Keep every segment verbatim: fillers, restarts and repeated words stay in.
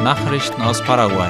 Nachrichten aus Paraguay.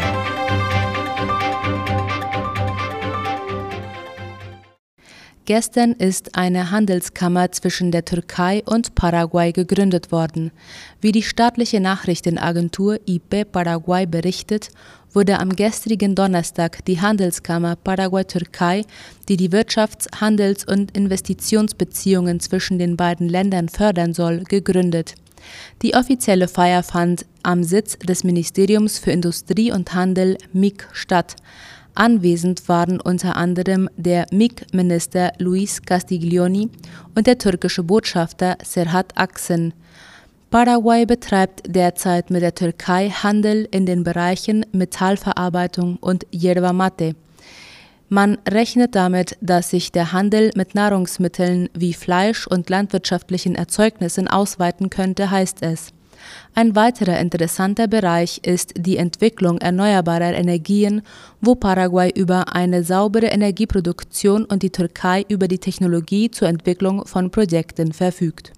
Gestern ist eine Handelskammer zwischen der Türkei und Paraguay gegründet worden. Wie die staatliche Nachrichtenagentur I P Paraguay berichtet, wurde am gestrigen Donnerstag die Handelskammer Paraguay-Türkei, die die Wirtschafts-, Handels- und Investitionsbeziehungen zwischen den beiden Ländern fördern soll, gegründet. Die offizielle Feier fand am Sitz des Ministeriums für Industrie und Handel M I C statt. Anwesend waren unter anderem der M I C-Minister Luis Castiglioni und der türkische Botschafter Serhat Aksen. Paraguay betreibt derzeit mit der Türkei Handel in den Bereichen Metallverarbeitung und Yerba Mate. Man rechnet damit, dass sich der Handel mit Nahrungsmitteln wie Fleisch und landwirtschaftlichen Erzeugnissen ausweiten könnte, heißt es. Ein weiterer interessanter Bereich ist die Entwicklung erneuerbarer Energien, wo Paraguay über eine saubere Energieproduktion und die Türkei über die Technologie zur Entwicklung von Projekten verfügt.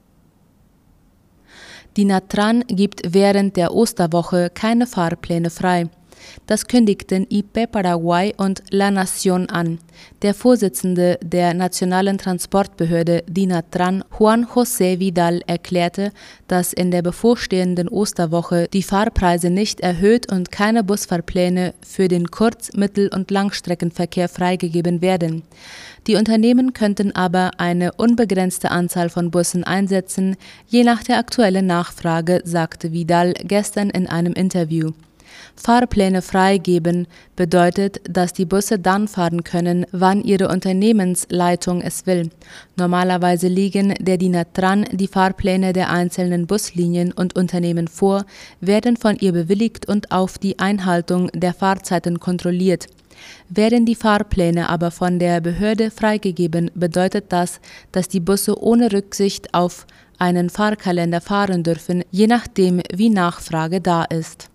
Die Natran gibt während der Osterwoche keine Fahrpläne frei. Das kündigten I P Paraguay und La Nación an. Der Vorsitzende der nationalen Transportbehörde DINATRAN, Juan José Vidal, erklärte, dass in der bevorstehenden Osterwoche die Fahrpreise nicht erhöht und keine Busfahrpläne für den Kurz-, Mittel- und Langstreckenverkehr freigegeben werden. Die Unternehmen könnten aber eine unbegrenzte Anzahl von Bussen einsetzen, je nach der aktuellen Nachfrage, sagte Vidal gestern in einem Interview. Fahrpläne freigeben bedeutet, dass die Busse dann fahren können, wann ihre Unternehmensleitung es will. Normalerweise liegen der DINATRAN die Fahrpläne der einzelnen Buslinien und Unternehmen vor, werden von ihr bewilligt und auf die Einhaltung der Fahrzeiten kontrolliert. Werden die Fahrpläne aber von der Behörde freigegeben, bedeutet das, dass die Busse ohne Rücksicht auf einen Fahrkalender fahren dürfen, je nachdem, wie Nachfrage da ist.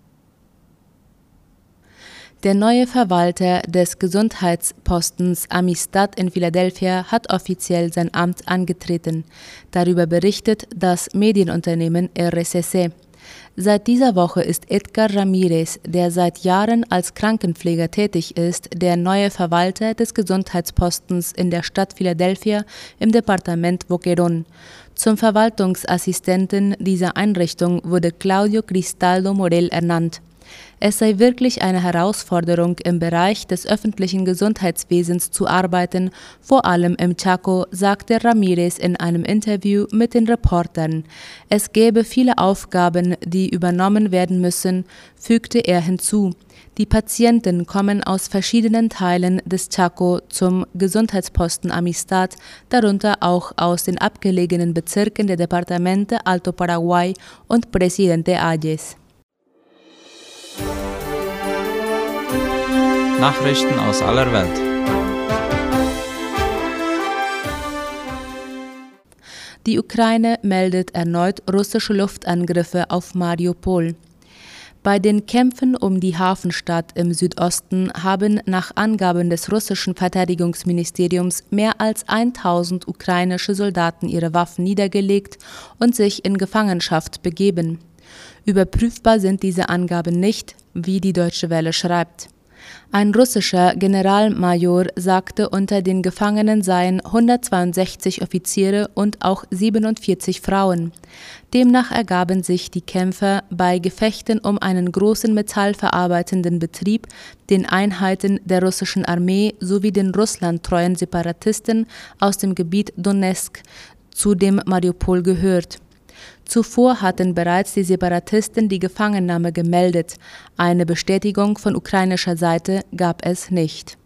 Der neue Verwalter des Gesundheitspostens Amistad in Philadelphia hat offiziell sein Amt angetreten. Darüber berichtet das Medienunternehmen R C C. Seit dieser Woche ist Edgar Ramirez, der seit Jahren als Krankenpfleger tätig ist, der neue Verwalter des Gesundheitspostens in der Stadt Philadelphia im Departement Boquerón. Zum Verwaltungsassistenten dieser Einrichtung wurde Claudio Cristaldo Morel ernannt. Es sei wirklich eine Herausforderung, im Bereich des öffentlichen Gesundheitswesens zu arbeiten, vor allem im Chaco, sagte Ramirez in einem Interview mit den Reportern. Es gäbe viele Aufgaben, die übernommen werden müssen, fügte er hinzu. Die Patienten kommen aus verschiedenen Teilen des Chaco zum Gesundheitsposten Amistad, darunter auch aus den abgelegenen Bezirken der Departamente Alto Paraguay und Presidente Ayes. Nachrichten aus aller Welt. Die Ukraine meldet erneut russische Luftangriffe auf Mariupol. Bei den Kämpfen um die Hafenstadt im Südosten haben nach Angaben des russischen Verteidigungsministeriums mehr als tausend ukrainische Soldaten ihre Waffen niedergelegt und sich in Gefangenschaft begeben. Überprüfbar sind diese Angaben nicht, wie die Deutsche Welle schreibt. Ein russischer Generalmajor sagte, unter den Gefangenen seien hundertzweiundsechzig Offiziere und auch siebenundvierzig Frauen. Demnach ergaben sich die Kämpfer bei Gefechten um einen großen metallverarbeitenden Betrieb den Einheiten der russischen Armee sowie den russlandtreuen Separatisten aus dem Gebiet Donezk, zu dem Mariupol gehört. Zuvor hatten bereits die Separatisten die Gefangennahme gemeldet. Eine Bestätigung von ukrainischer Seite gab es nicht.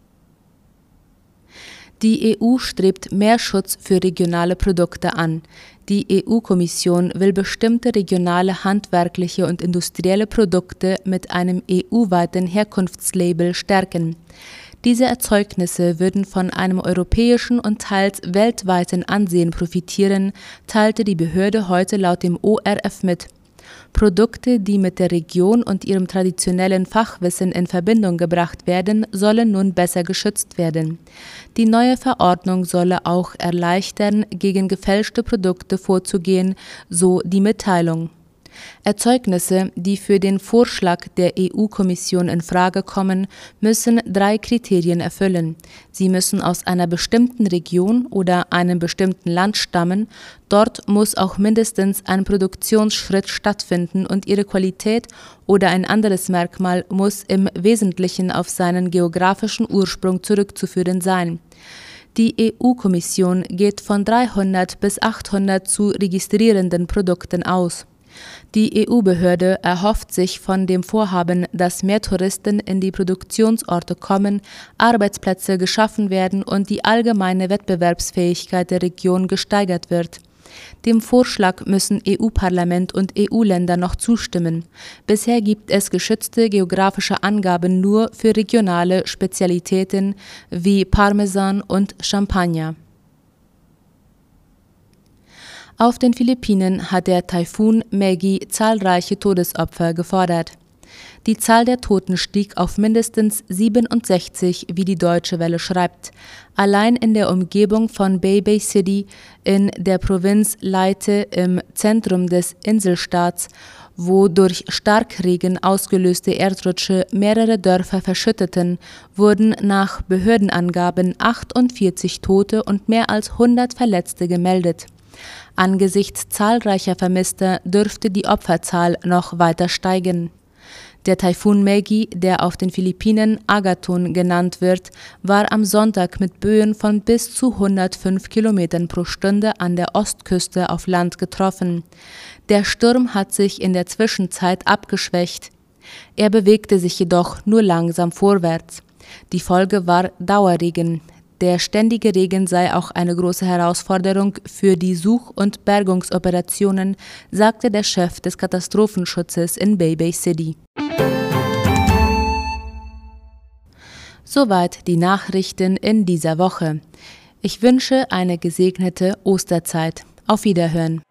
Die E U strebt mehr Schutz für regionale Produkte an. Die E U-Kommission will bestimmte regionale handwerkliche und industrielle Produkte mit einem E U-weiten Herkunftslabel stärken. Diese Erzeugnisse würden von einem europäischen und teils weltweiten Ansehen profitieren, teilte die Behörde heute laut dem O R F mit. Produkte, die mit der Region und ihrem traditionellen Fachwissen in Verbindung gebracht werden, sollen nun besser geschützt werden. Die neue Verordnung solle auch erleichtern, gegen gefälschte Produkte vorzugehen, so die Mitteilung. Erzeugnisse, die für den Vorschlag der E U-Kommission in Frage kommen, müssen drei Kriterien erfüllen. Sie müssen aus einer bestimmten Region oder einem bestimmten Land stammen, dort muss auch mindestens ein Produktionsschritt stattfinden und ihre Qualität oder ein anderes Merkmal muss im Wesentlichen auf seinen geografischen Ursprung zurückzuführen sein. Die E U-Kommission geht von dreihundert bis achthundert zu registrierenden Produkten aus. Die E U-Behörde erhofft sich von dem Vorhaben, dass mehr Touristen in die Produktionsorte kommen, Arbeitsplätze geschaffen werden und die allgemeine Wettbewerbsfähigkeit der Region gesteigert wird. Dem Vorschlag müssen E U-Parlament und E U-Länder noch zustimmen. Bisher gibt es geschützte geografische Angaben nur für regionale Spezialitäten wie Parmesan und Champagner. Auf den Philippinen hat der Taifun Maggie zahlreiche Todesopfer gefordert. Die Zahl der Toten stieg auf mindestens siebenundsechzig, wie die Deutsche Welle schreibt. Allein in der Umgebung von Baybay City in der Provinz Leyte im Zentrum des Inselstaats, wo durch Starkregen ausgelöste Erdrutsche mehrere Dörfer verschütteten, wurden nach Behördenangaben achtundvierzig Tote und mehr als hundert Verletzte gemeldet. Angesichts zahlreicher Vermisster dürfte die Opferzahl noch weiter steigen. Der Taifun Maggie, der auf den Philippinen Agaton genannt wird, war am Sonntag mit Böen von bis zu hundertfünf Kilometern pro Stunde an der Ostküste auf Land getroffen. Der Sturm hat sich in der Zwischenzeit abgeschwächt. Er bewegte sich jedoch nur langsam vorwärts. Die Folge war Dauerregen. Der ständige Regen sei auch eine große Herausforderung für die Such- und Bergungsoperationen, sagte der Chef des Katastrophenschutzes in Baybay City. Soweit die Nachrichten in dieser Woche. Ich wünsche eine gesegnete Osterzeit. Auf Wiederhören.